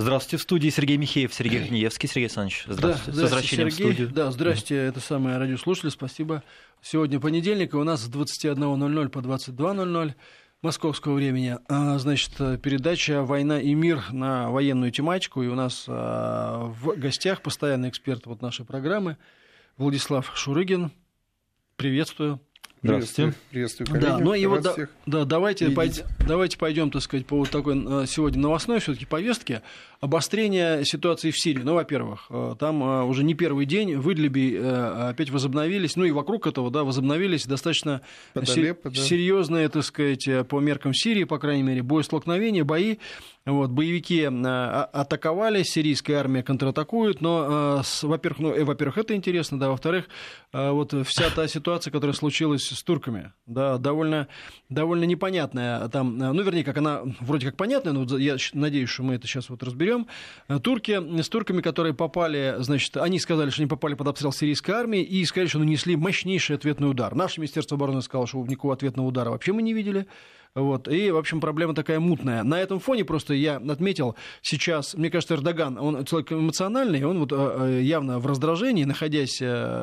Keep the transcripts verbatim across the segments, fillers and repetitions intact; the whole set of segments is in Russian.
Здравствуйте, в студии Сергей Михеев, Сергей Гниевский. Сергей Александрович, здравствуйте. Да, с возвращением Сергей. в студию. Да, здрасте, это самые радиослушатели, спасибо. Сегодня понедельник, и у нас с двадцати одного ноль ноль по двадцать два ноль ноль московского времени, значит, передача «Война и мир» на военную тематику. И у нас в гостях постоянный эксперт вот нашей программы Владислав Шурыгин. Приветствую. Здравствуйте. Приветствую, коллеги. Да, ну и вот да, да, давайте, пойд, давайте пойдем, так сказать, по вот такой сегодня новостной все-таки повестке. Обострение ситуации в Сирии. Ну, во-первых, там уже не первый день в Идлибе опять возобновились, ну и вокруг этого, да, возобновились достаточно Алеппо, да. серьезные, так сказать, по меркам Сирии, по крайней мере, боестолкновения, бои. Вот, боевики атаковали, сирийская армия контратакует, но, во-первых, ну, во-первых, это интересно, да, во-вторых, вот вся та ситуация, которая случилась с турками, да, довольно, довольно непонятная, там, ну, вернее, как она вроде как понятная, но я надеюсь, что мы это сейчас вот разберем. Турки, с турками, которые попали, значит, они сказали, что они попали под обстрел сирийской армии и сказали, что нанесли мощнейший ответный удар. Наше Министерство обороны сказало, что никакого ответного удара вообще мы не видели. Вот. И, в общем, проблема такая мутная. На этом фоне просто я отметил сейчас, мне кажется, Эрдоган, он человек эмоциональный, он вот явно в раздражении, находясь,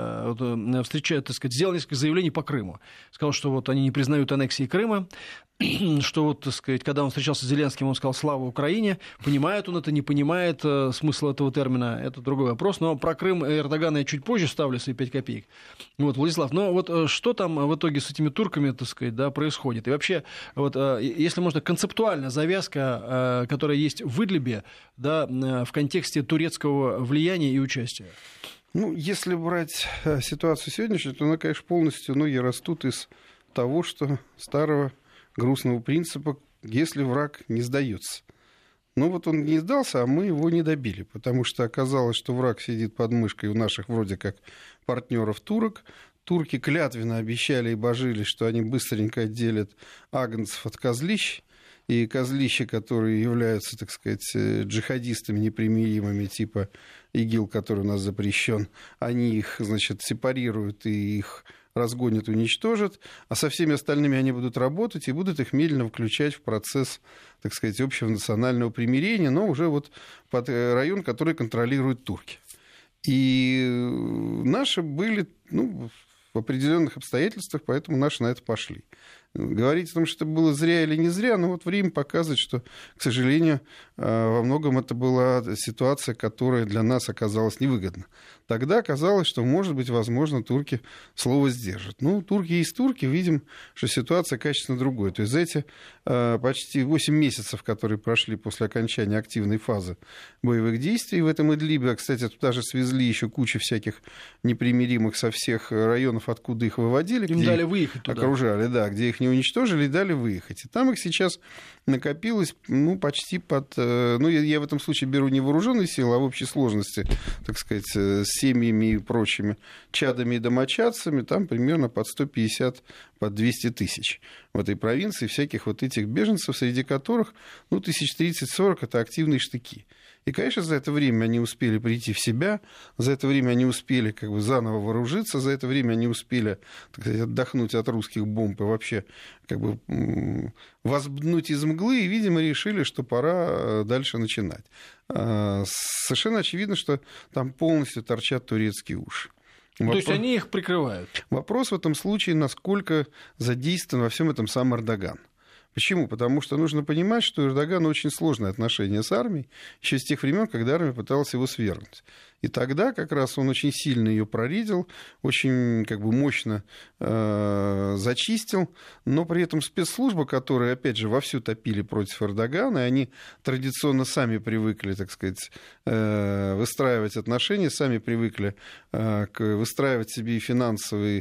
вот, встречает, так сказать, сделал несколько заявлений по Крыму. Сказал, что вот они не признают аннексии Крыма, что вот, так сказать, когда он встречался с Зеленским, он сказал «Слава Украине». Понимает он это, не понимает э, смысл этого термина, это другой вопрос. Но про Крым и Эрдогана я чуть позже ставлю свои пять копеек. Вот, Владислав, но вот э, что там в итоге с этими турками, так сказать, да, происходит? И вообще, вот, э, если можно, концептуально завязка, э, которая есть в Идлибе, да, э, в контексте турецкого влияния и участия. Ну, если брать ситуацию сегодняшнюю, то она, конечно, полностью, ноги растут из того, что старого грустного принципа, если враг не сдается. Ну вот он не сдался, а мы его не добили, потому что оказалось, что враг сидит под мышкой у наших вроде как партнеров турок. Турки клятвенно обещали и божили, что они быстренько отделят агнцев от козлищ, и козлища, которые являются, так сказать, джихадистами непримиримыми, типа ИГИЛ, который у нас запрещен, они их, значит, сепарируют и их разгонят, уничтожат, а со всеми остальными они будут работать и будут их медленно включать в процесс, так сказать, общего национального примирения, но уже вот под район, который контролируют турки. И наши были, ну, в определенных обстоятельствах, поэтому наши на это пошли. Говорить о том, что это было зря или не зря, но вот время показывает, что, к сожалению, во многом это была ситуация, которая для нас оказалась невыгодна. Тогда оказалось, что, может быть, возможно, турки слово сдержат. Ну, турки есть турки, видим, что ситуация качественно другой. То есть за эти почти восемь месяцев, которые прошли после окончания активной фазы боевых действий в этом Идлибе, а, кстати, туда же свезли еще кучу всяких непримиримых со всех районов, откуда их выводили. Им дали выехать туда. Окружали, да, где их не уничтожили и дали выехать. И там их сейчас накопилось, ну, почти под... Ну, я, я в этом случае беру не вооруженные силы, а в общей сложности, так сказать, с семьями и прочими чадами и домочадцами, там примерно под сто пятьдесят, под двести тысяч в этой провинции всяких вот этих беженцев, среди которых, ну, тысяч тридцать-сорок это активные штыки. И, конечно, за это время они успели прийти в себя, за это время они успели как бы заново вооружиться, за это время они успели, так сказать, отдохнуть от русских бомб и вообще как бы возбнуть из мглы, и, видимо, решили, что пора дальше начинать. Совершенно очевидно, что там полностью торчат турецкие уши. Вопрос... То есть они их прикрывают? Вопрос в этом случае, насколько задействован во всем этом сам Эрдоган. Почему? Потому что нужно понимать, что у Эрдогана очень сложные отношения с армией, еще с тех времен, когда армия пыталась его свергнуть. И тогда как раз он очень сильно ее проредил, очень как бы мощно э, зачистил, но при этом спецслужбы, которые, опять же, вовсю топили против Эрдогана, и они традиционно сами привыкли, так сказать, э, выстраивать отношения, сами привыкли э, к, выстраивать себе и финансовые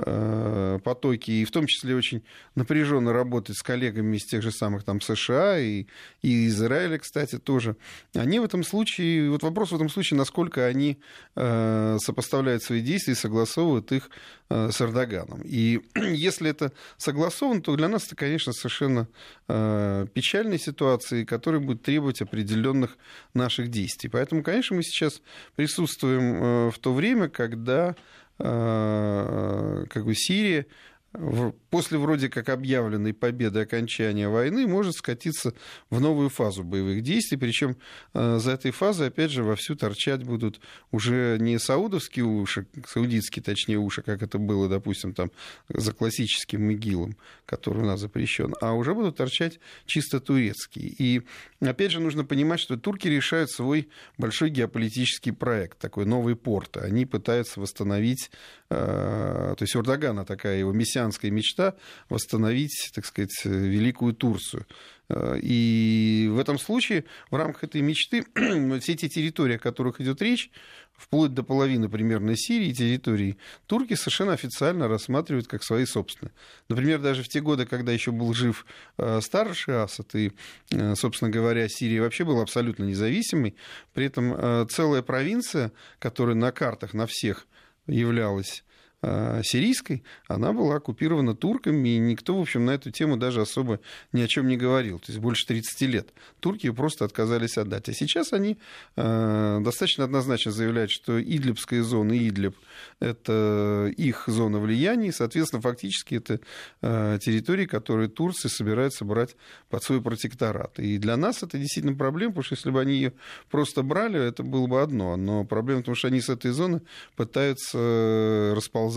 э, потоки, и в том числе очень напряженно работать с коллегами из тех же самых там США и, и Израиля, кстати, тоже. Они в этом случае, вот вопрос в этом случае, насколько они э, сопоставляют свои действия и согласовывают их э, с Эрдоганом. И если это согласовано, то для нас это, конечно, совершенно э, печальная ситуация, которая будет требовать определенных наших действий. Поэтому, конечно, мы сейчас присутствуем э, в то время, когда э, как бы Сирия после вроде как объявленной победы окончания войны может скатиться в новую фазу боевых действий. Причем за этой фазой, опять же, вовсю торчать будут уже не саудовские уши, саудитские, точнее, уши, как это было, допустим, там, за классическим ИГИЛом, который у нас запрещен, а уже будут торчать чисто турецкие. И, опять же, нужно понимать, что турки решают свой большой геополитический проект, такой новый порт. Они пытаются восстановить, то есть у Эрдогана такая его мессианская мечта восстановить, так сказать, Великую Турцию. И в этом случае, в рамках этой мечты, все те территории, о которых идет речь, вплоть до половины примерно Сирии, территории, турки совершенно официально рассматривают как свои собственные. Например, даже в те годы, когда еще был жив старший Асад, и, собственно говоря, Сирия вообще была абсолютно независимой, при этом целая провинция, которая на картах на всех являлась сирийской, она была оккупирована турками, и никто, в общем, на эту тему даже особо ни о чем не говорил. То есть больше тридцати лет. Турки ее просто отказались отдать. А сейчас они э, достаточно однозначно заявляют, что Идлибская зона и Идлиб — это их зона влияния, и, соответственно, фактически это э, территории, которые Турция собирается брать под свой протекторат. И для нас это действительно проблема, потому что если бы они ее просто брали, это было бы одно. Но проблема в том, что они с этой зоны пытаются расползаться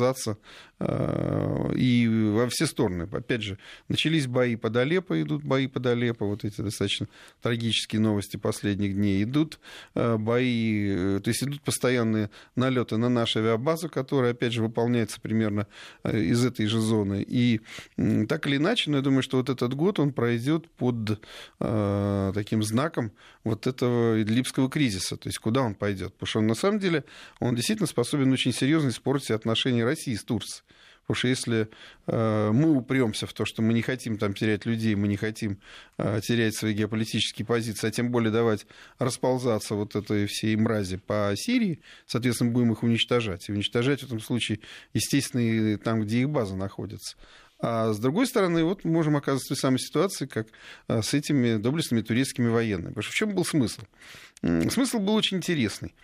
и во все стороны. Опять же, начались бои под Алеппо, идут бои под Алеппо, вот эти достаточно трагические новости последних дней. Идут бои, то есть идут постоянные налеты на нашу авиабазу, которая, опять же, выполняется примерно из этой же зоны. И так или иначе, но я думаю, что вот этот год он пройдет под э, таким знаком вот этого идлибского кризиса. То есть куда он пойдет? Потому что он, на самом деле, он действительно способен очень серьезно испортить отношения России с Турцией. Потому что если э, мы упремся в то, что мы не хотим там терять людей, мы не хотим э, терять свои геополитические позиции, а тем более давать расползаться вот этой всей мрази по Сирии, соответственно, будем их уничтожать. И уничтожать в этом случае, естественно, и там, где их база находится. А с другой стороны, вот мы можем оказаться в той самой ситуации, как с этими доблестными турецкими военными. Потому что в чем был смысл? Смысл был очень интересный.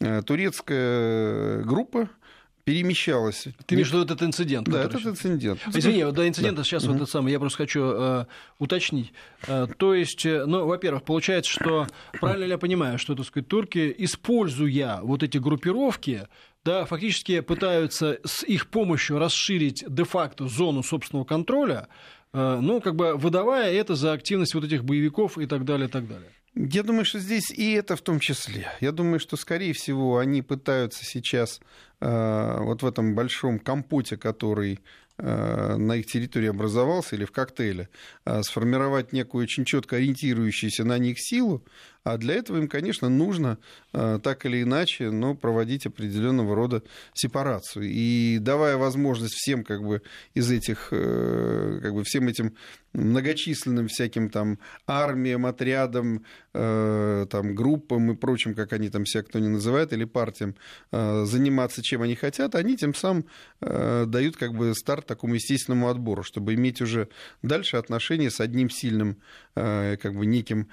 Турецкая группа перемещалась. Ты имеешь в виду этот инцидент? Да, этот инцидент. Извини, вот до инцидента да. сейчас mm-hmm. вот это самое, я просто хочу э, уточнить. Э, то есть, э, ну, во-первых, получается, что, правильно ли я понимаю, что, так сказать, турки, используя вот эти группировки, да, фактически пытаются с их помощью расширить де-факто зону собственного контроля, э, ну, как бы выдавая это за активность вот этих боевиков и так далее, и так далее. Я думаю, что здесь и это в том числе. Я думаю, что, скорее всего, они пытаются сейчас э, вот в этом большом компоте, который э, на их территории образовался, или в коктейле, э, сформировать некую очень четко ориентирующуюся на них силу. А для этого им, конечно, нужно э, так или иначе, но проводить определенного рода сепарацию. И давая возможность всем как бы, из этих, э, как бы, всем этим многочисленным всяким там армиям, отрядам, э, там, группам и прочим, как они там себя кто не называет, или партиям, э, заниматься чем они хотят, они тем самым э, дают как бы старт такому естественному отбору, чтобы иметь уже дальше отношения с одним сильным, э, как бы неким,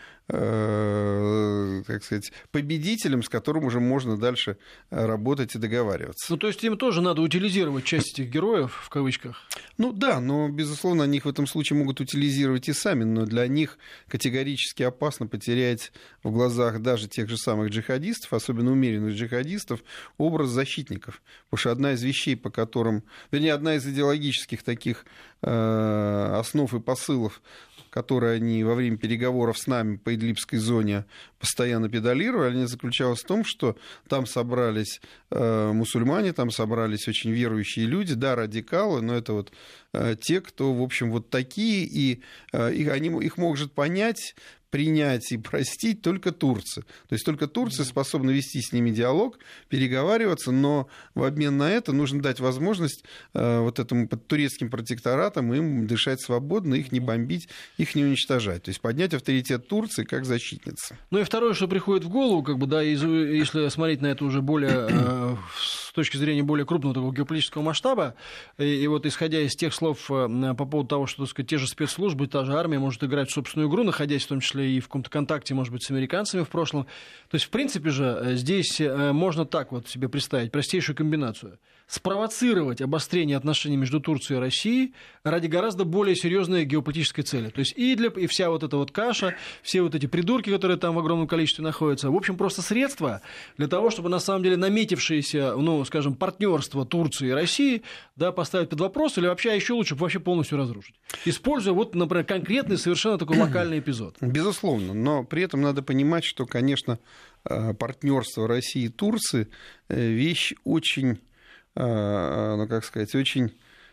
э, как сказать, победителем, с которым уже можно дальше работать и договариваться. Ну, то есть им тоже надо утилизировать часть этих героев, в кавычках? Ну да, но, безусловно, они их в этом случае могут утилизировать и сами, но для них категорически опасно потерять в глазах даже тех же самых джихадистов, особенно умеренных джихадистов, образ защитников. Потому что одна из вещей, по которым, вернее, одна из идеологических таких э, основ и посылов, которые они во время переговоров с нами по Идлибской зоне постоянно педалировали, они заключалась в том, что там собрались э, мусульмане, там собрались очень верующие люди, да, радикалы, но это вот э, те, кто, в общем, вот такие, и э, их, они, их может понять, принять и простить только турцы. То есть только Турция способна вести с ними диалог, переговариваться, но в обмен на это нужно дать возможность э, вот этому под турецким протекторатам им дышать свободно, их не бомбить, их не уничтожать. То есть поднять авторитет Турции как защитницы. Ну и второе, что приходит в голову, как бы, да, если смотреть на это уже более, э, с точки зрения более крупного такого геополитического масштаба, и, и вот исходя из тех слов э, по поводу того, что, так сказать, те же спецслужбы, та же армия может играть в собственную игру, находясь в том числе числе и в каком-то контакте, может быть, с американцами в прошлом. То есть, в принципе же, здесь можно так вот себе представить простейшую комбинацию. Спровоцировать обострение отношений между Турцией и Россией ради гораздо более серьезной геополитической цели. То есть и, для, и вся вот эта вот каша, все вот эти придурки, которые там в огромном количестве находятся, в общем, просто средства для того, чтобы на самом деле наметившееся, ну, скажем, партнерство Турции и России, да, поставить под вопрос или вообще, а еще лучше вообще полностью разрушить. Используя вот, например, конкретный совершенно такой локальный эпизод. Безусловно, но при этом надо понимать, что, конечно, партнерство России и Турции вещь очень, ну, как сказать, очень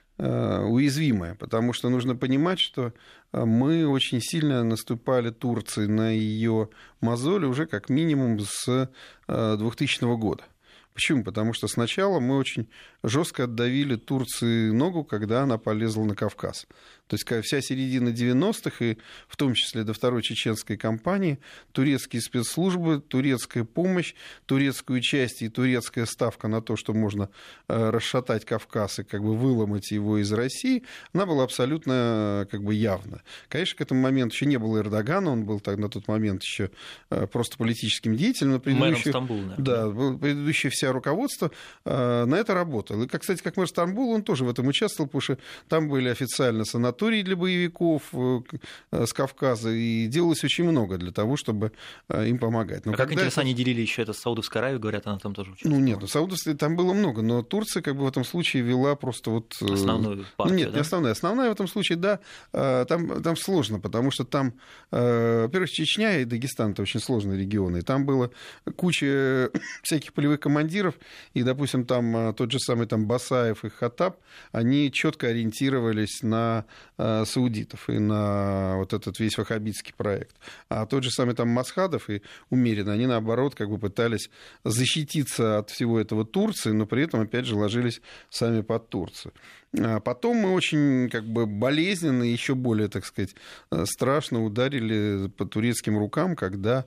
уязвимая, потому что нужно понимать, что мы очень сильно наступали Турции на ее мозоли уже как минимум с двухтысячного года. Почему? Потому что сначала мы очень жестко отдавили Турции ногу, когда она полезла на Кавказ. То есть вся середина девяностых, и в том числе до второй чеченской кампании, турецкие спецслужбы, турецкая помощь, турецкое участие и турецкая ставка на то, что можно расшатать Кавказ и как бы выломать его из России, она была абсолютно как бы явна. Конечно, к этому моменту еще не было Эрдогана, он был так, на тот момент еще просто политическим деятелем. Мэром Стамбула. Да, предыдущее вся руководство на это работало. И, кстати, как мэр Стамбула, он тоже в этом участвовал, потому что там были официально санатории для боевиков с Кавказа, и делалось очень много для того, чтобы им помогать. Но а как интересно, это... они делили еще это с Саудовской Аравией, говорят, она там тоже участвовала. Ну нет, ну, Саудовской там было много, но Турция как бы в этом случае вела просто вот... Основную партию, Нет, да? не основная. Основная в этом случае, да, там, там сложно, потому что там, во-первых, Чечня и Дагестан — это очень сложные регионы, и там было куча всяких полевых командиров, и, допустим, там тот же самый там Басаев и Хаттаб, они четко ориентировались на саудитов и на вот этот весь ваххабитский проект. А тот же самый там Масхадов и Умерин, они, наоборот, как бы пытались защититься от всего этого Турции, но при этом, опять же, ложились сами под Турцию. А потом мы очень как бы болезненно и еще более, так сказать, страшно ударили по турецким рукам, когда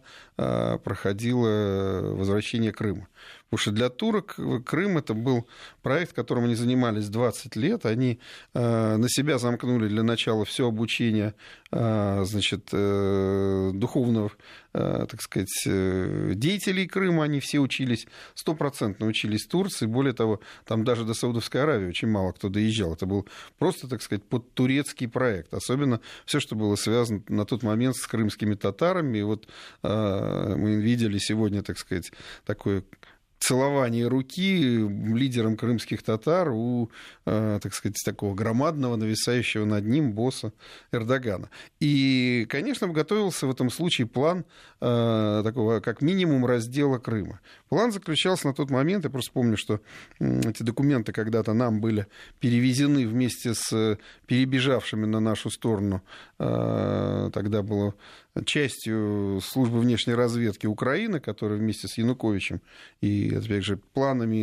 проходило возвращение Крыма. Потому что для турок Крым — это был проект, которым они занимались двадцать лет. Они на себя замкнули для начала все обучение, значит, духовных, так сказать, деятелей Крыма. Они все учились, стопроцентно учились в Турции. Более того, там даже до Саудовской Аравии очень мало кто доезжал. Это был просто, так сказать, подтурецкий проект. Особенно все, что было связано на тот момент с крымскими татарами. И вот мы видели сегодня, так сказать, такое целование руки лидером крымских татар у, так сказать, такого громадного, нависающего над ним босса Эрдогана. И, конечно, готовился в этом случае план такого, как минимум, раздела Крыма. План заключался на тот момент, я просто помню, что эти документы когда-то нам были перевезены вместе с перебежавшими на нашу сторону, тогда было частью службы внешней разведки Украины, которая вместе с Януковичем и, опять же, планами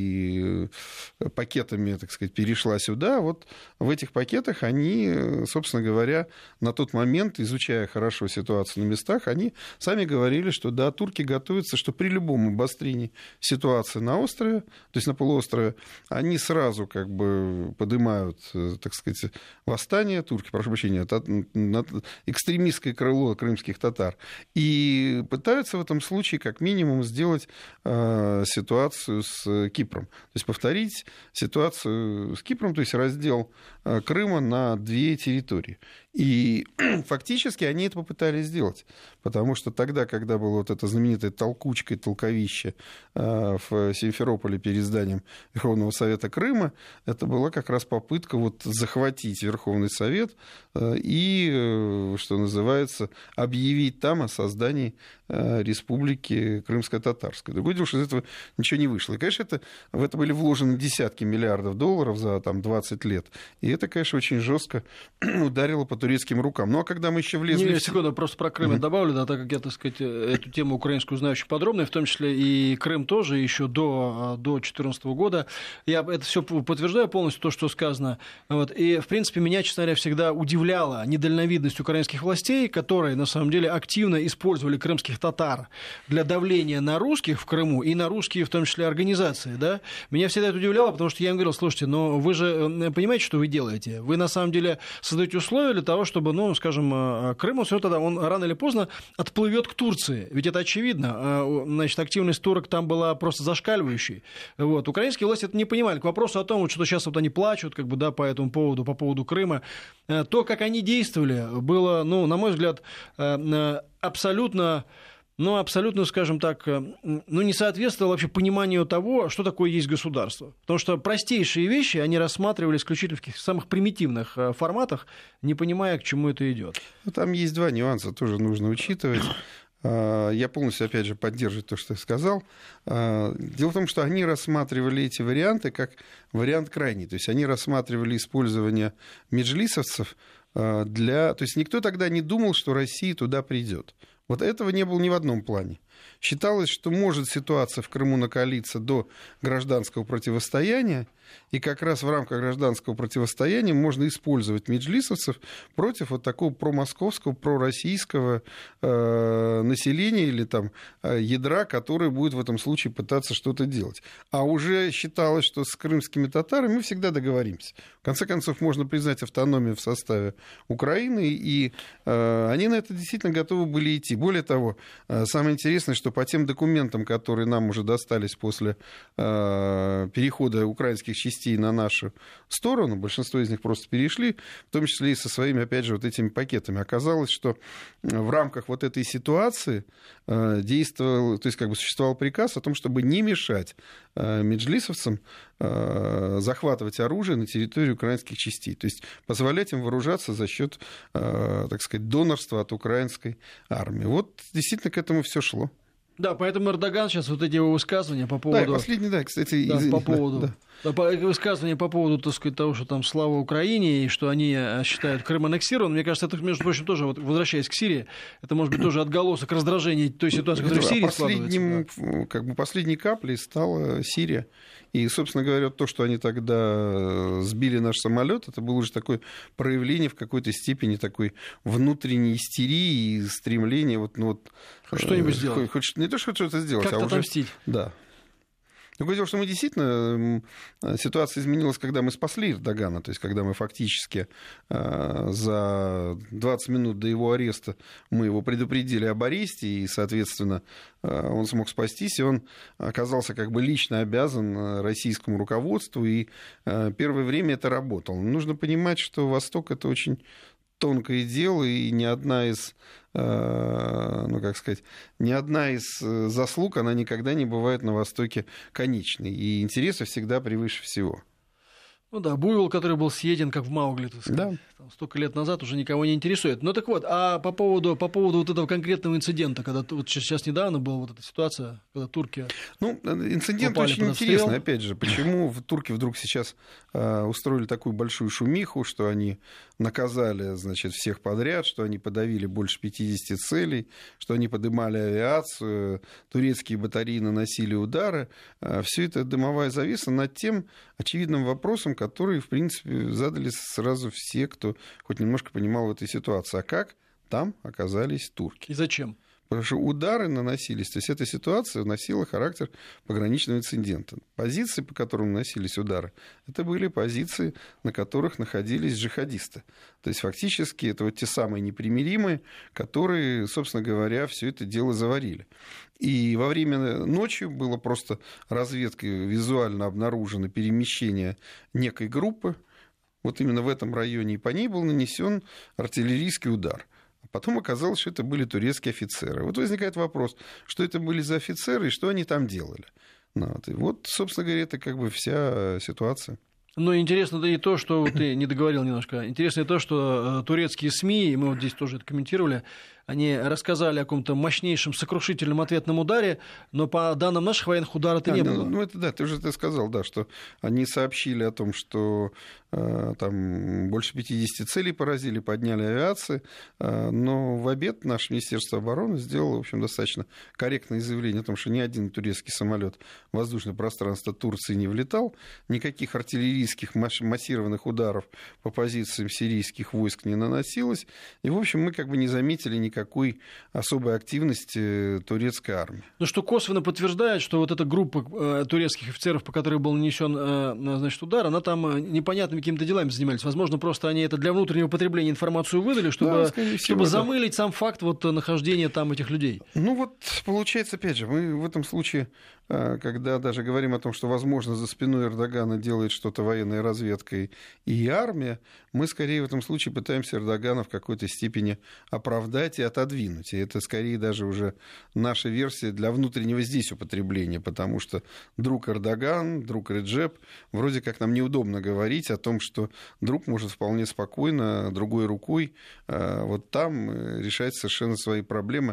и пакетами, так сказать, перешла сюда. Вот в этих пакетах они, собственно говоря, на тот момент, изучая хорошо ситуацию на местах, они сами говорили, что да, турки готовятся, что при любом обострении ситуации на острове, то есть на полуострове, они сразу как бы поднимают, так сказать, восстание, турки, прошу прощения, экстремистское крыло крымских татар, и пытаются в этом случае как минимум сделать э, ситуацию с Кипром. То есть повторить ситуацию с Кипром, то есть раздел э, Крыма на две территории. И фактически они это попытались сделать, потому что тогда, когда была вот эта знаменитая толкучка и толковище э, в Симферополе перед зданием Верховного Совета Крыма, это была как раз попытка вот захватить Верховный Совет э, и, э, что называется, объявить там о создании э, республики Крымско-Татарской. Другое дело, что из этого ничего не вышло. И, конечно, это, в это были вложены десятки миллиардов долларов за там, двадцать лет. И это, конечно, очень жестко ударило по турецким рукам. Ну, а когда мы еще влезли... Не, в... секунду, просто про Крым mm-hmm. добавлю, да, так как я, так сказать, эту тему украинскую знаю очень подробно, и в том числе и Крым тоже, еще до две тысячи четырнадцатого года. Я это все подтверждаю полностью, то, что сказано. Вот. И, в принципе, меня, честно говоря, всегда удивляла недальновидность украинских властей, которые, на самом деле, активно использовали крымских татар для давления на русских в Крыму и на русские, в том числе, организации. Да? Меня всегда это удивляло, потому что я им говорил: слушайте, но вы же понимаете, что вы делаете? Вы, на самом деле, создаете условия для того, чтобы, ну, скажем, Крым, он все тогда, он рано или поздно отплывет к Турции. Ведь это очевидно. Значит, активность турок там была просто зашкаливающей. Вот. Украинские власти это не понимали. К вопросу о том, что сейчас вот они плачут как бы, да, по этому поводу, по поводу Крыма, то, как они действовали, было, ну, на мой взгляд, абсолютно... ну, абсолютно, скажем так, ну, не соответствовало вообще пониманию того, что такое есть государство. Потому что простейшие вещи они рассматривали исключительно в каких-то самых примитивных форматах, не понимая, к чему это идет. Ну, там есть два нюанса, тоже нужно учитывать. Я полностью, опять же, поддерживаю то, что я сказал. Дело в том, что они рассматривали эти варианты как вариант крайний. То есть они рассматривали использование меджлисовцев для... То есть никто тогда не думал, что Россия туда придет. Вот этого не было ни в одном плане. Считалось, что может ситуация в Крыму накалиться до гражданского противостояния, и как раз в рамках гражданского противостояния можно использовать меджлисовцев против вот такого промосковского, пророссийского э, населения или там э, ядра, которое будет в этом случае пытаться что-то делать. А уже считалось, что с крымскими татарами мы всегда договоримся. В конце концов, можно признать автономию в составе Украины, и э, они на это действительно готовы были идти. Более того, э, самое интересное, что по тем документам, которые нам уже достались после э, перехода украинских частей на нашу сторону, большинство из них просто перешли, в том числе и со своими, опять же, вот этими пакетами. Оказалось, что в рамках вот этой ситуации э, действовал, то есть как бы существовал приказ о том, чтобы не мешать э, меджлисовцам э, захватывать оружие на территории украинских частей, то есть позволять им вооружаться за счет, э, так сказать, донорства от украинской армии. Вот действительно к этому все шло. Да, поэтому Эрдоган сейчас вот эти его высказывания по поводу... Да, последний, да, кстати... Да, из... по поводу... Да, да. Высказывания по поводу, так сказать, того, что там слава Украине, и что они считают Крым аннексированным. Мне кажется, это, между прочим, тоже, вот, возвращаясь к Сирии, это, может быть, тоже отголосок раздражения той ситуации, которая в Сирии последним, складывается. Как бы последней каплей стала Сирия. И, собственно говоря, то, что они тогда сбили наш самолет, это было уже такое проявление в какой-то степени такой внутренней истерии и стремления вот, ну, вот, что-нибудь э, сделать. Хоть, не то, что что-то сделать, как-то а уже... отомстить. Да. Другое дело, что мы действительно... Ситуация изменилась, когда мы спасли Эрдогана, то есть когда мы фактически э, за двадцать минут до его ареста мы его предупредили об аресте, и, соответственно, э, он смог спастись, и он оказался как бы лично обязан российскому руководству, и э, первое время это работало. Но нужно понимать, что Восток — это очень тонкое дело, и ни одна из, ну, как сказать, ни одна из заслуг, она никогда не бывает на Востоке конечной. И интересы всегда превыше всего. Ну да, буйвол, который был съеден, как в Маугли, так сказать, да. Там, столько лет назад, уже никого не интересует. Ну так вот, а по поводу, по поводу вот этого конкретного инцидента, когда вот сейчас недавно была вот эта ситуация, когда турки... Ну, инцидент очень интересный, опять же, почему в турки вдруг сейчас э, устроили такую большую шумиху, что они наказали, значит, всех подряд, что они подавили больше пятидесяти целей, что они поднимали авиацию, турецкие батареи наносили удары. Э, все это дымовая завеса над тем очевидным вопросом, которые, в принципе, задали сразу все, кто хоть немножко понимал в этой ситуации. А как там оказались турки? И зачем? Потому что удары наносились, то есть эта ситуация носила характер пограничного инцидента. Позиции, по которым наносились удары, это были позиции, на которых находились джихадисты. То есть фактически это вот те самые непримиримые, которые, собственно говоря, все это дело заварили. И во время ночи было просто разведкой визуально обнаружено перемещение некой группы. Вот именно в этом районе, и по ней был нанесен артиллерийский удар. Потом оказалось, что это были турецкие офицеры. Вот возникает вопрос, что это были за офицеры и что они там делали. Вот, и вот, собственно говоря, это как бы вся ситуация. Ну, интересно и то, что ты не договорил немножко. Интересно и то, что турецкие СМИ, и мы вот здесь тоже это комментировали, они рассказали о каком-то мощнейшем сокрушительном ответном ударе, но по данным наших военных удара-то а, не ну, было. Ну, это да, ты уже это сказал, да, что они сообщили о том, что э, там больше пятидесяти целей поразили, подняли авиации, э, но в обед наше Министерство обороны сделало, в общем, достаточно корректное заявление о том, что ни один турецкий самолет в воздушное пространство Турции не влетал, никаких артиллерийских массированных ударов по позициям сирийских войск не наносилось, и, в общем, мы как бы не заметили никаких никакой особой активности турецкой армии. Ну, что косвенно подтверждает, что вот эта группа э, турецких офицеров, по которой был нанесен э, значит, удар, она там непонятными какими-то делами занимались. Возможно, просто они это для внутреннего потребления информацию выдали, чтобы, да, чтобы замылить сам факт вот, нахождения там этих людей. Ну вот, получается, опять же, мы в этом случае, когда даже говорим о том, что, возможно, за спиной Эрдогана делает что-то военная разведка и армия, мы скорее в этом случае пытаемся Эрдогана в какой-то степени оправдать и отодвинуть. И это скорее даже уже наша версия для внутреннего здесь употребления, потому что друг Эрдоган, друг Реджеп, вроде как нам неудобно говорить о том, что друг может вполне спокойно другой рукой вот там решать совершенно свои проблемы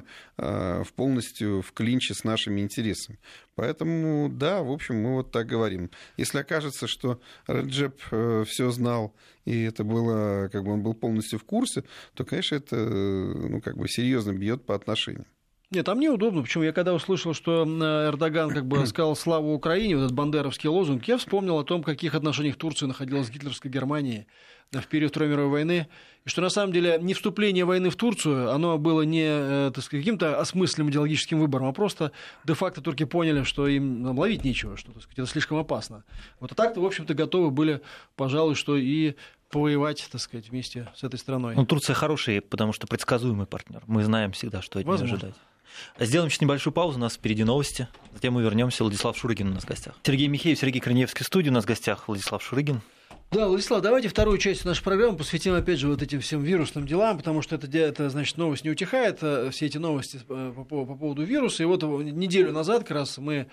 в полностью в клинче с нашими интересами. Поэтому, да, в общем, мы вот так говорим. Если окажется, что Реджеп все знал, и это было, как бы он был полностью в курсе, то, конечно, это, ну, как бы серьезно бьет по отношениям. Нет, там неудобно. Почему? Я когда услышал, что Эрдоган как бы сказал «Слава Украине», вот этот бандеровский лозунг, я вспомнил о том, в каких отношениях Турция находилась с гитлеровской Германией в период Второй мировой войны, и что на самом деле не вступление войны в Турцию, оно было не, так сказать, каким-то осмысленным идеологическим выбором, а просто де-факто турки поняли, что им там, ловить нечего, что, так сказать, это слишком опасно. Вот, а так-то, в общем-то, готовы были, пожалуй, что и повоевать, так сказать, вместе с этой страной. Ну, Турция хороший, потому что предсказуемый партнер. Мы знаем всегда, что от нее ожидать. Сделаем сейчас небольшую паузу, у нас впереди новости, затем мы вернемся. Владислав Шурыгин у нас в гостях. Сергей Михеев, Сергей Корнеевский, студия, у нас в гостях Владислав Шурыгин. Да, Владислав, давайте вторую часть нашей программы посвятим, опять же, вот этим всем вирусным делам, потому что это, это значит, новость не утихает, все эти новости по, по, по поводу вируса. И вот неделю назад как раз мы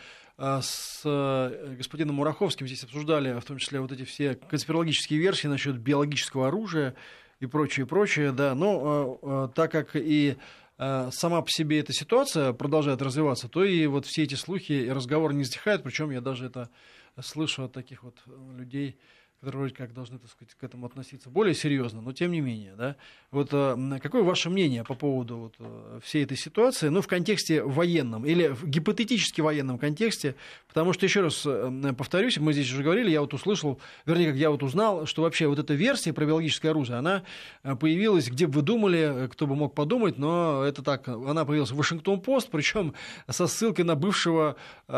с господином Мураховским здесь обсуждали, в том числе, вот эти все конспирологические версии насчет биологического оружия и прочее, прочее, да. Но так как и сама по себе эта ситуация продолжает развиваться, то и вот все эти слухи и разговоры не затихают, причем я даже это слышу от таких вот людей, которые вроде как должны, так сказать, к этому относиться более серьезно, но тем не менее, да. Вот какое ваше мнение по поводу вот всей этой ситуации, ну, в контексте военном или в гипотетически военном контексте, потому что, еще раз повторюсь, мы здесь уже говорили, я вот услышал, вернее, как я вот узнал, что вообще вот эта версия про биологическое оружие, она появилась, где бы вы думали, кто бы мог подумать, но это так, она появилась в Вашингтон-Пост, причем со ссылкой на бывшего э,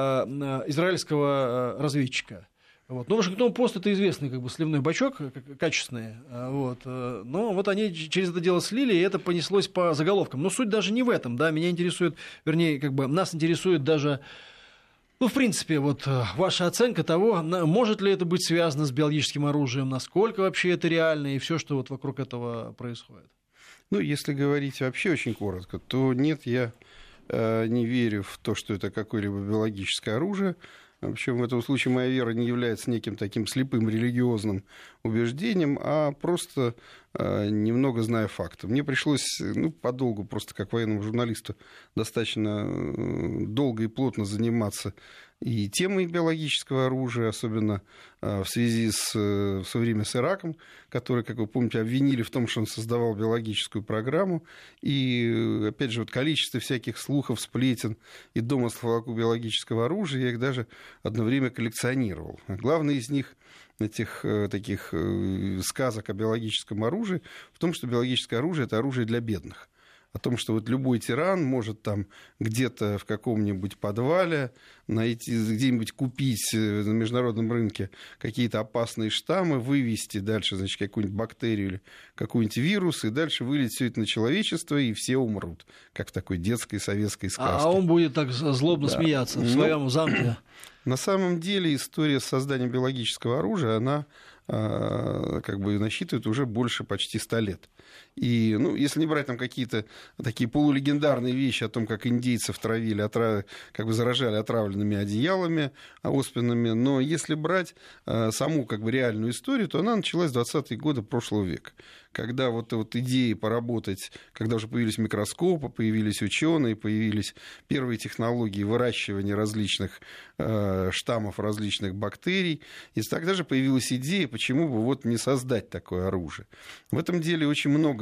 израильского разведчика. Вот. Ну, Вашингтон-Пост — это известный как бы сливной бачок, качественный, вот. Но вот они через это дело слили, и это понеслось по заголовкам. Но суть даже не в этом, да, меня интересует, вернее, как бы нас интересует даже, ну, в принципе, вот ваша оценка того, может ли это быть связано с биологическим оружием, насколько вообще это реально, и все, что вот вокруг этого происходит. Ну, если говорить вообще очень коротко, то нет, я э, не верю в то, что это какое-либо биологическое оружие. Причем в этом случае моя вера не является неким таким слепым религиозным убеждением, а просто э, немного зная факты. Мне пришлось, ну, подолгу, просто как военному журналисту, достаточно э, долго и плотно заниматься и темой биологического оружия, особенно э, в связи с, э, в свое время с Ираком, который, как вы помните, обвинили в том, что он создавал биологическую программу. И, опять же, вот количество всяких слухов, сплетен и домыслов вокруг биологического оружия, я их даже одно время коллекционировал. Главное из них, этих э, таких э, сказок о биологическом оружии, в том, что биологическое оружие — это оружие для бедных. О том, что вот любой тиран может там где-то в каком-нибудь подвале найти, где-нибудь купить на международном рынке какие-то опасные штаммы, вывести дальше, значит, какую-нибудь бактерию или какой-нибудь вирус, и дальше вылить все это на человечество, и все умрут, как в такой детской советской сказке. А он будет так злобно да. смеяться в своем ну, замке. На самом деле история создания биологического оружия, она как бы насчитывает уже больше почти ста лет. И, ну, если не брать там какие-то такие полулегендарные вещи о том, как индейцев травили, отрав... как бы заражали отравленными одеялами оспенными, но если брать э, саму как бы реальную историю, то она началась в двадцатые годы прошлого века, когда вот, вот идеи поработать, когда уже появились микроскопы, появились ученые, появились первые технологии выращивания различных э, штаммов различных бактерий, и тогда же появилась идея, почему бы вот не создать такое оружие. В этом деле очень много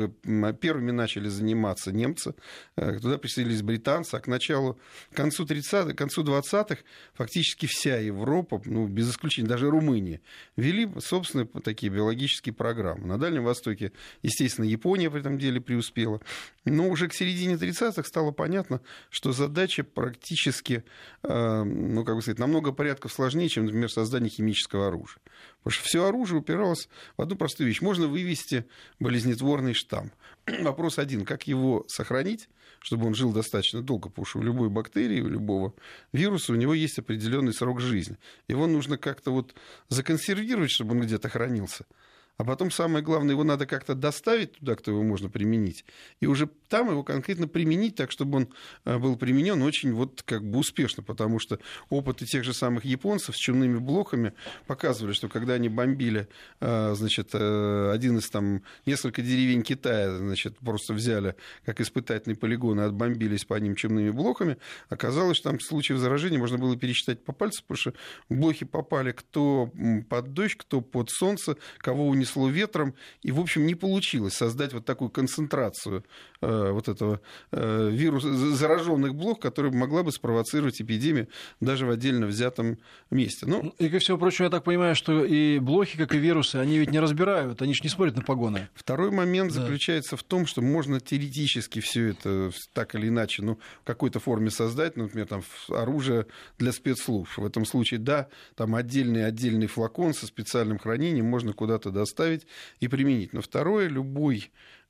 много. Первыми начали заниматься немцы, туда присоединились британцы, а к началу, к концу тридцатых, к концу двадцатых фактически вся Европа, ну, без исключения даже Румыния, вели собственные такие биологические программы. На Дальнем Востоке, естественно, Япония в этом деле преуспела. Но уже к середине тридцатых стало понятно, что задача практически, ну, как бы сказать, намного порядков сложнее, чем, например, создание химического оружия. Потому что все оружие упиралось в одну простую вещь. Можно вывести болезнетворный штамм. Вопрос один. Как его сохранить, чтобы он жил достаточно долго? Потому что у любой бактерии, у любого вируса у него есть определенный срок жизни. Его нужно как-то вот законсервировать, чтобы он где-то хранился. А потом, самое главное, его надо как-то доставить туда, где его можно применить, и уже там его конкретно применить так, чтобы он был применен очень вот как бы успешно, потому что опыты тех же самых японцев с чумными блохами показывали, что когда они бомбили, значит, один из там, несколько деревень Китая, значит, просто взяли как испытательный полигон и отбомбились по ним чумными блохами, оказалось, что там случаев заражения можно было пересчитать по пальцам, потому что блохи попали кто под дождь, кто под солнце, кого унесли несло ветром, и, в общем, не получилось создать вот такую концентрацию э, вот этого э, вируса, зараженных блох, которая могла бы спровоцировать эпидемию даже в отдельно взятом месте. Ну, и, ко всему прочему, я так понимаю, что и блохи, как и вирусы, они ведь не разбирают, они же не смотрят на погоны. Второй момент да. заключается в том, что можно теоретически все это так или иначе, ну, в какой-то форме создать, ну, например, там, оружие для спецслужб. В этом случае, да, там отдельный отдельный флакон со специальным хранением можно куда-то доставить и применить. Но второе, любой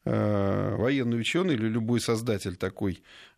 э, военный ученый или любой создатель такой,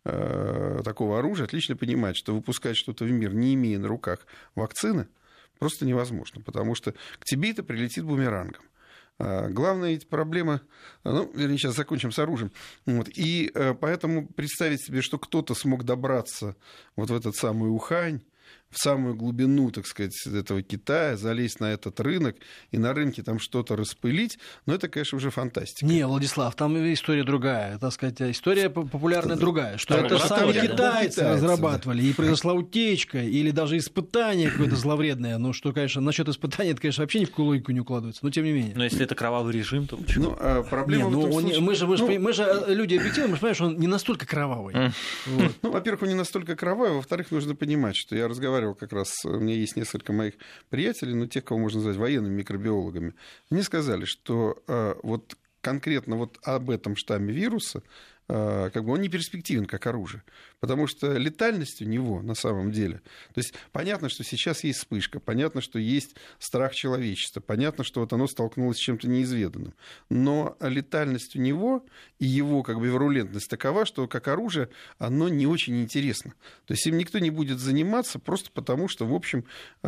э, такого оружия отлично понимает, что выпускать что-то в мир, не имея на руках вакцины, просто невозможно, потому что к тебе это прилетит бумерангом. А главная эти проблемы, ну, вернее, сейчас закончим с оружием. Вот. И э, поэтому представить себе, что кто-то смог добраться вот в этот самый Ухань, в самую глубину, так сказать, этого Китая, залезть на этот рынок и на рынке там что-то распылить, но это, конечно, уже фантастика. Не, Владислав, там история другая, так сказать, история популярная другая, что это сами китайцы разрабатывали, и произошла утечка, или даже испытание какое-то зловредное, ну, что, конечно, насчет испытания, это, конечно, вообще ни в какую логику не укладывается, но тем не менее. Но если это кровавый режим, то почему? Ну, а проблема не, ну, в этом он, случае... мы, же, мы, ну, же, мы же люди объективны, мы же понимаем, что он не настолько кровавый. Mm. Вот. Ну, во-первых, он не настолько кровавый, во-вторых, нужно понимать, что я разговаривал как раз, у меня есть несколько моих приятелей, ну, тех, кого можно назвать военными микробиологами, они сказали, что э, вот конкретно вот об этом штамме вируса э, как бы он не перспективен как оружие, потому что летальность у него на самом деле, то есть понятно, что сейчас есть вспышка, понятно, что есть страх человечества, понятно, что вот оно столкнулось с чем-то неизведанным, но летальность у него и его как бы вирулентность такова, что как оружие оно не очень интересно. То есть им никто не будет заниматься просто потому, что, в общем,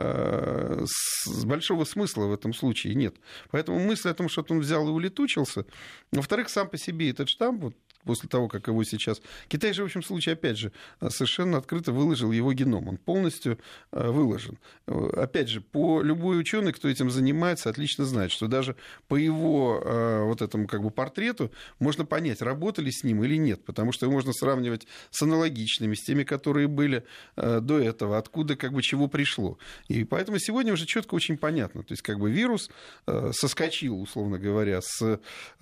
э, с большого смысла в этом случае нет. Поэтому мысль о том, что он взял и улетучился, во-вторых, сам по себе этот штамм, вот, после того, как его сейчас... Китай же, в общем случае, опять же, совершенно открыто выложил его геном. Он полностью выложен. Опять же, по любой ученый, кто этим занимается, отлично знает, что даже по его вот этому как бы портрету можно понять, работали с ним или нет, потому что его можно сравнивать с аналогичными, с теми, которые были до этого, откуда как бы чего пришло. И поэтому сегодня уже четко очень понятно. То есть как бы вирус соскочил, условно говоря, с,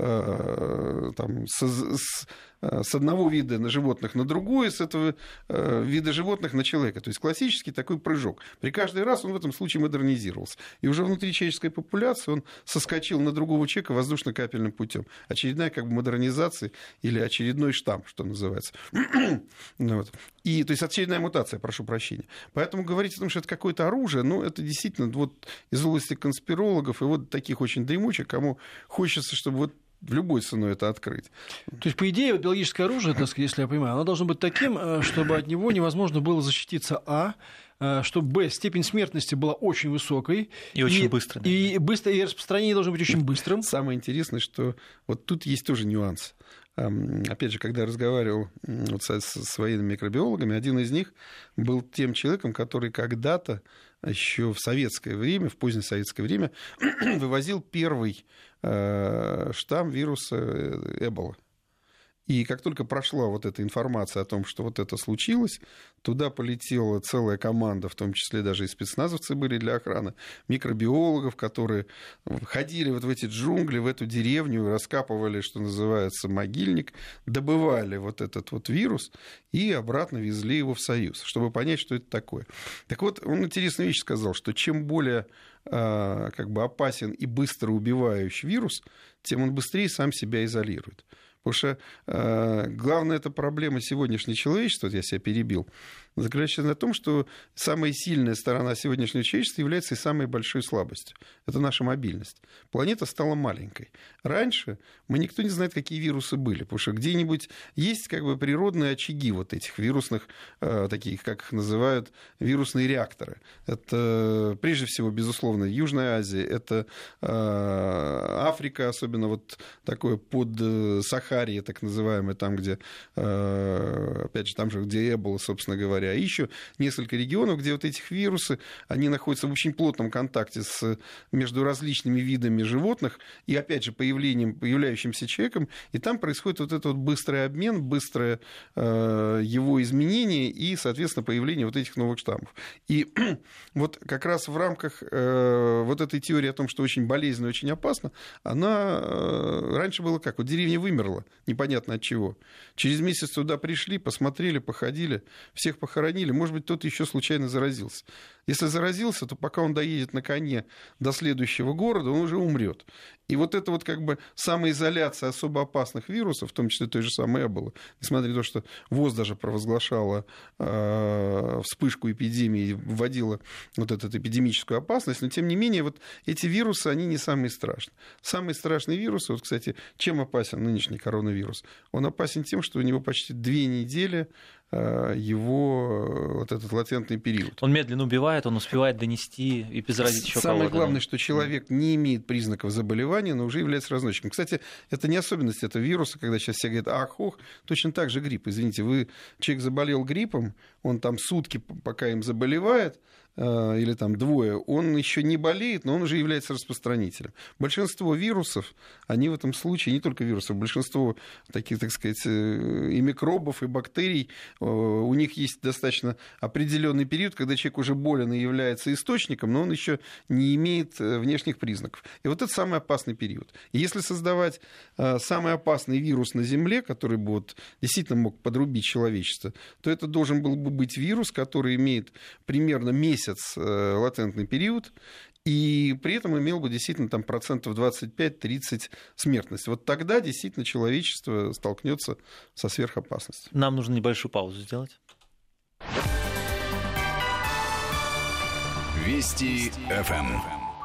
там, с, с с одного вида на животных на другое, с этого э, вида животных на человека. То есть классический такой прыжок. При каждый раз он в этом случае модернизировался. И уже внутри человеческой популяции он соскочил на другого человека воздушно-капельным путем. Очередная как бы модернизация или очередной штамм, что называется. Вот. И, то есть очередная мутация, прошу прощения. Поэтому говорить о том, что это какое-то оружие, ну, это действительно вот из области конспирологов и вот таких очень дремучих, кому хочется, чтобы вот в любой ценой это открыть. То есть, по идее, биологическое оружие, так сказать, если я понимаю, оно должно быть таким, чтобы от него невозможно было защититься, а, чтобы, б, степень смертности была очень высокой. И, и очень быстрой. Да. И, быстро, и распространение должно быть очень быстрым. Самое интересное, что вот тут есть тоже нюанс. Опять же, когда я разговаривал вот с, с военными микробиологами, один из них был тем человеком, который когда-то еще в советское время, в позднее советское время, вывозил первый э, штамм вируса Эбола. И как только прошла вот эта информация о том, что вот это случилось, туда полетела целая команда, в том числе даже и спецназовцы были для охраны, микробиологов, которые ходили вот в эти джунгли, в эту деревню, раскапывали, что называется, могильник, добывали вот этот вот вирус и обратно везли его в Союз, чтобы понять, что это такое. Так вот, он интересную вещь сказал, что чем более как бы опасен и быстро убивающий вирус, тем он быстрее сам себя изолирует. Потому что э, главная эта проблема сегодняшнего человечества, вот я себя перебил, заключается в том, что самая сильная сторона сегодняшнего человечества является и самой большой слабостью. Это наша мобильность. Планета стала маленькой. Раньше мы никто не знает, какие вирусы были, потому что где-нибудь есть как бы природные очаги вот этих вирусных, э, таких, как их называют, вирусные реакторы. Это, прежде всего, безусловно, Южная Азия, это э, Африка, особенно вот такое под Сахарией, так называемое, там, где, э, опять же, там же, где Эбола, собственно говоря, и еще несколько регионов, где вот этих вирусы, они находятся в очень плотном контакте с, между различными видами животных и, опять же, появлением, появляющимся человеком, и там происходит вот этот вот быстрый обмен, быстрое э, его изменение и, соответственно, появление вот этих новых штаммов. И вот как раз в рамках э, вот этой теории о том, что очень болезненно, очень опасно, она э, раньше было как? Вот деревня вымерла, непонятно от чего. Через месяц туда пришли, посмотрели, походили, всех похоронили. Может быть, кто-то еще случайно заразился. Если заразился, то пока он доедет на коне до следующего города, он уже умрет. И вот это вот как бы самоизоляция особо опасных вирусов, в том числе той же самой Эболы, несмотря на то, что ВОЗ даже провозглашала э, вспышку эпидемии, вводила вот эту эпидемическую опасность, но тем не менее вот эти вирусы, они не самые страшные. Самые страшные вирусы, вот, кстати, чем опасен нынешний коронавирус? Он опасен тем, что у него почти две недели его вот этот латентный период. Он медленно убивает, он успевает донести и заразить еще кого-то. Самое главное, что человек не имеет признаков заболевания, но уже является разносчиком. Кстати, это не особенность этого вируса, когда сейчас все говорят, ах, ох, точно так же грипп. Извините, вы, человек заболел гриппом, он там сутки, пока им заболевает, или там двое, он еще не болеет, но он уже является распространителем. Большинство вирусов, они в этом случае, не только вирусов, большинство таких, так сказать, и микробов, и бактерий, у них есть достаточно определенный период, когда человек уже болен и является источником, но он еще не имеет внешних признаков. И вот это самый опасный период. И если создавать самый опасный вирус на Земле, который бы вот действительно мог подрубить человечество, то это должен был бы быть вирус, который имеет примерно месяц латентный период, и при этом имел бы действительно там процентов двадцать пять тридцать смертность. Вот тогда действительно человечество столкнется со сверхопасностью. Нам нужно небольшую паузу сделать. Вести эф эм.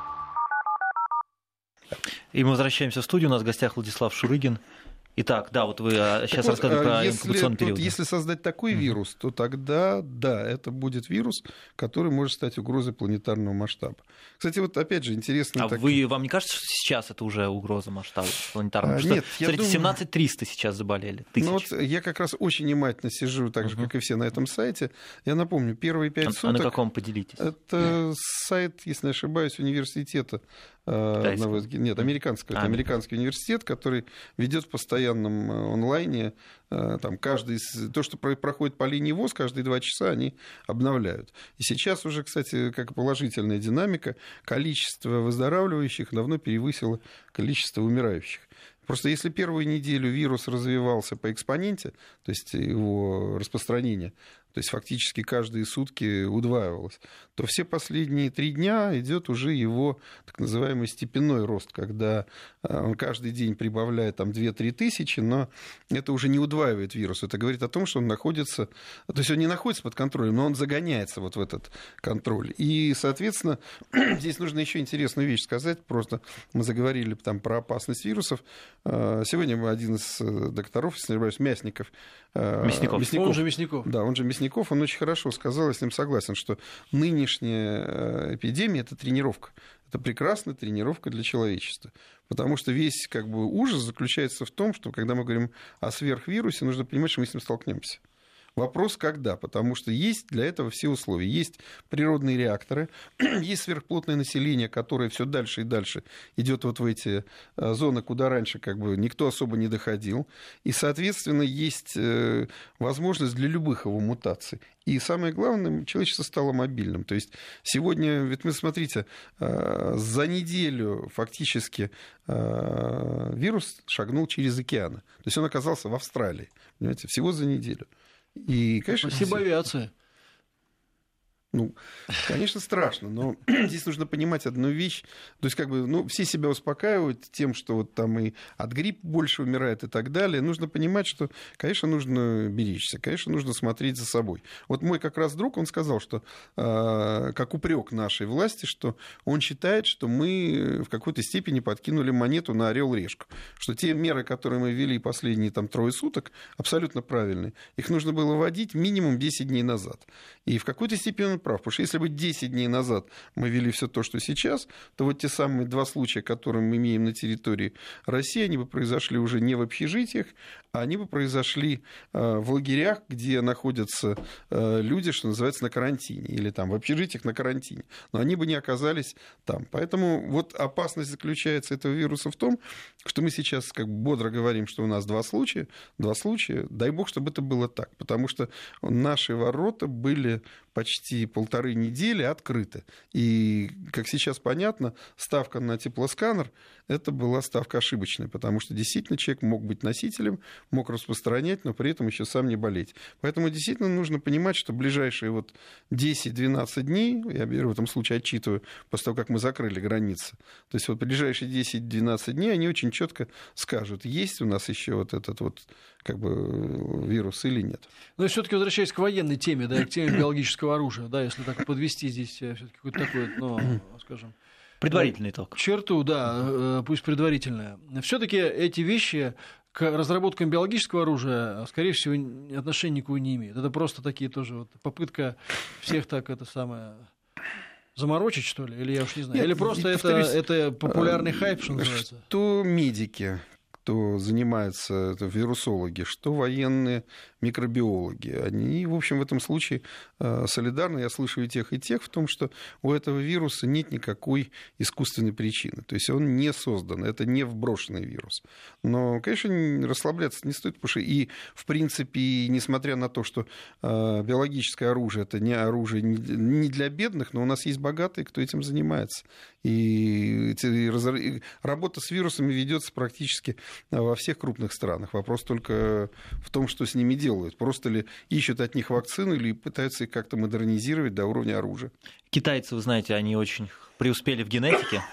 И мы возвращаемся в студию. У нас в гостях Владислав Шурыгин. Итак, да, вот вы сейчас вот, рассказывали про если, инкубационный период. Вот, если создать такой mm-hmm. вирус, то тогда, да, это будет вирус, который может стать угрозой планетарного масштаба. Кстати, вот опять же интересно... А так... вы, вам не кажется, что сейчас это уже угроза масштаба планетарного? А, что, нет, смотрите, думаю... семнадцать триста сейчас заболели, тысяч. Ну вот я как раз очень внимательно сижу, так же, mm-hmm. как и все на этом сайте. Я напомню, первые пять а, суток... А на каком поделитесь? Это mm-hmm. сайт, если не ошибаюсь, университета. Одного, нет, американского. Это а, американский университет, который ведет в постоянном онлайне там, каждый, то, что проходит по линии ВОЗ, каждые два часа они обновляют. И сейчас уже, кстати, как положительная динамика, количество выздоравливающих давно превысило количество умирающих. Просто если первую неделю вирус развивался по экспоненте, то есть его распространение, то есть фактически каждые сутки удваивалось, то все последние три дня идет уже его так называемый степенной рост, когда он каждый день прибавляет там две-три тысячи, но это уже не удваивает вирус. Это говорит о том, что он находится, то есть он не находится под контролем, но он загоняется вот в этот контроль. И, соответственно, здесь нужно еще интересную вещь сказать, просто мы заговорили там про опасность вирусов. Сегодня мы один из докторов, если не ошибаюсь, Мясников. Мясников. Мясников. Он же Мясников. Да, он же Мясников, он очень хорошо сказал, я с ним согласен, что нынешняя эпидемия – это тренировка. Это прекрасная тренировка для человечества. Потому что весь как бы, ужас заключается в том, что когда мы говорим о сверхвирусе, нужно понимать, что мы с ним столкнемся. Вопрос, когда, потому что есть для этого все условия. Есть природные реакторы, есть сверхплотное население, которое все дальше и дальше идет вот в эти зоны, куда раньше как бы никто особо не доходил. И, соответственно, есть возможность для любых его мутаций. И самое главное, человечество стало мобильным. То есть сегодня, ведь вы смотрите, за неделю фактически вирус шагнул через океаны. То есть он оказался в Австралии, понимаете, всего за неделю. И, конечно, спасибо авиации. Ну, конечно, страшно, но здесь нужно понимать одну вещь. То есть, как бы, ну, все себя успокаивают тем, что вот там и от гриппа больше умирает и так далее. Нужно понимать, что, конечно, нужно беречься, конечно, нужно смотреть за собой. Вот мой как раз друг, он сказал, что, э, как упрек нашей власти, что он считает, что мы в какой-то степени подкинули монету на орел-решку. Что те меры, которые мы ввели последние там трое суток, абсолютно правильные. Их нужно было вводить минимум десять дней назад. И в какой-то степени он прав, потому что если бы десять дней назад мы ввели все то, что сейчас, то вот те самые два случая, которые мы имеем на территории России, они бы произошли уже не в общежитиях, а они бы произошли в лагерях, где находятся люди, что называется, на карантине, или там в общежитиях на карантине, но они бы не оказались там. Поэтому вот опасность заключается этого вируса в том, что мы сейчас как бы бодро говорим, что у нас два случая, два случая, дай бог, чтобы это было так, потому что наши ворота были почти полторы недели открыты. И, как сейчас понятно, ставка на теплосканер – это была ставка ошибочная, потому что действительно человек мог быть носителем, мог распространять, но при этом еще сам не болеть. Поэтому действительно нужно понимать, что ближайшие вот десять-двенадцать дней, я беру в этом случае отчитываю, после того, как мы закрыли границы, то есть вот ближайшие десять-двенадцать дней они очень четко скажут, есть у нас еще вот этот вот как бы вирус или нет. Но все-таки возвращаясь к военной теме, да, к теме биологического оружия, да, если так подвести здесь все-таки какой-то такой, ну, скажем, предварительный итог. Черту, да, пусть предварительная. Все-таки эти вещи к разработкам биологического оружия, скорее всего, отношения никакого не имеют. Это просто такие тоже вот попытка всех так это самое заморочить, что ли, или я уж не знаю, Нет, или просто это, это популярный хайп, что называется. Что медики, кто занимается, это вирусологи, что военные микробиологи. Они, в общем, в этом случае солидарны, я слышу и тех, и тех, в том, что у этого вируса нет никакой искусственной причины. То есть он не создан, это не вброшенный вирус. Но, конечно, расслабляться не стоит, потому что и, в принципе, несмотря на то, что биологическое оружие – это не оружие не для бедных, но у нас есть богатые, кто этим занимается. И работа с вирусами ведется практически во всех крупных странах. Вопрос только в том, что с ними делать. Просто ли ищут от них вакцины или пытаются их как-то модернизировать до уровня оружия. Китайцы, вы знаете, они очень преуспели в генетике.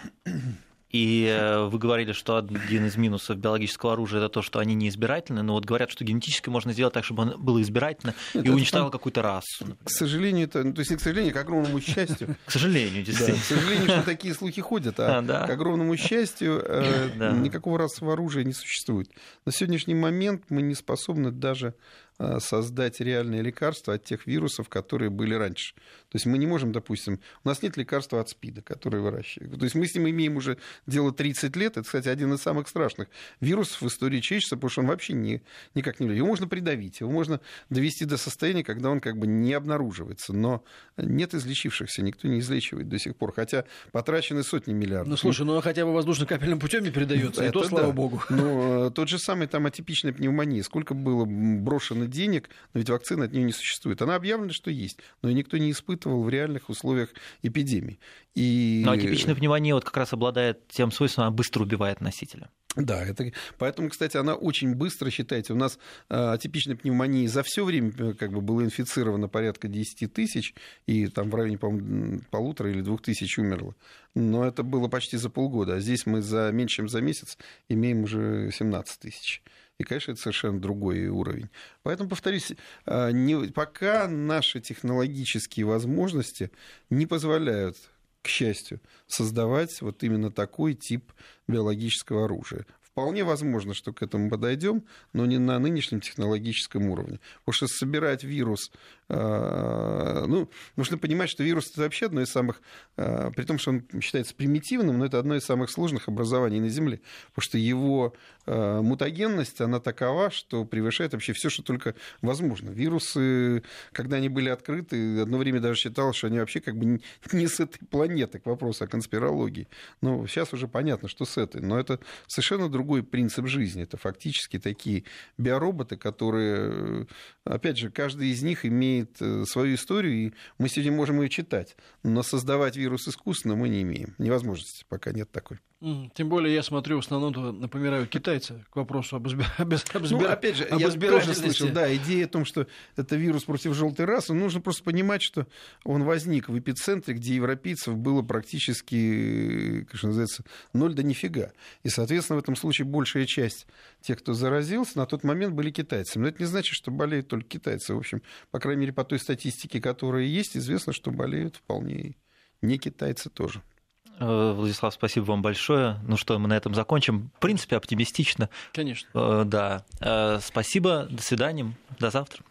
И вы говорили, что один из минусов биологического оружия – это то, что они неизбирательны. Но вот говорят, что генетически можно сделать так, чтобы оно было избирательно Нет, и уничтожало какую-то расу. Например. К сожалению, это, то есть не к сожалению, к огромному счастью. К сожалению, действительно. К сожалению, что такие слухи ходят, а к огромному счастью никакого расового оружия не существует. На сегодняшний момент мы не способны даже создать реальные лекарства от тех вирусов, которые были раньше. То есть мы не можем, допустим, у нас нет лекарства от СПИДа, которые выращивают. То есть мы с ним имеем уже дело тридцать лет. Это, кстати, один из самых страшных вирусов в истории человечества, потому что он вообще не, никак не влияет. Его можно придавить, его можно довести до состояния, когда он как бы не обнаруживается. Но нет излечившихся, никто не излечивает до сих пор. Хотя потрачены сотни миллиардов. Ну, слушай, ну хотя бы воздушно-капельным путем не передается, и то, слава да. богу. Но тот же самый там атипичная пневмония. Сколько было брошено денег, но ведь вакцины от нее не существует. Она объявлена, что есть, но никто не испытывал в реальных условиях эпидемии. И... Но атипичная пневмония вот как раз обладает тем свойством, она быстро убивает носителя. Да, это... поэтому, кстати, она очень быстро, считайте, у нас атипичной пневмонии за все время как бы было инфицировано порядка десять тысяч, и там в районе, по-моему, полутора или двух тысяч умерло. Но это было почти за полгода, а здесь мы за меньше, чем за месяц имеем уже семнадцать тысяч. И, конечно, это совершенно другой уровень. Поэтому, повторюсь, не, пока наши технологические возможности не позволяют, к счастью, создавать вот именно такой тип биологического оружия. вполне возможно, что к этому подойдем, но не на нынешнем технологическом уровне. Потому что собирать вирус... Ну, нужно понимать, что вирус — это вообще одно из самых... При том, что он считается примитивным, но это одно из самых сложных образований на Земле. Потому что его мутагенность, она такова, что превышает вообще все, что только возможно. Вирусы, когда они были открыты, одно время даже считалось, что они вообще как бы не с этой планеты, к вопросу о конспирологии. Но сейчас уже понятно, что с этой. Но это совершенно другой принцип жизни. Это фактически такие биороботы, которые, опять же, каждый из них имеет свою историю, и мы сегодня можем ее читать. Но создавать вирус искусственно мы не имеем. Невозможности пока нет такой. Тем более, я смотрю, в основном напоминаю китайцы к вопросу об, избир... об, избир... ну, опять же, об я тоже слышал, да, идея о том, что это вирус против желтой расы. Нужно просто понимать, что он возник в эпицентре, где европейцев было практически, как называется, ноль да нифига. И, соответственно, в этом случае большая часть тех, кто заразился, на тот момент были китайцами. Но это не значит, что болеют только китайцы. В общем, по крайней мере, по той статистике, которая есть, известно, что болеют вполне не китайцы тоже. Владислав, спасибо вам большое. Ну что, мы на этом закончим. В принципе, оптимистично. Конечно. Да. Спасибо. До свидания. До завтра.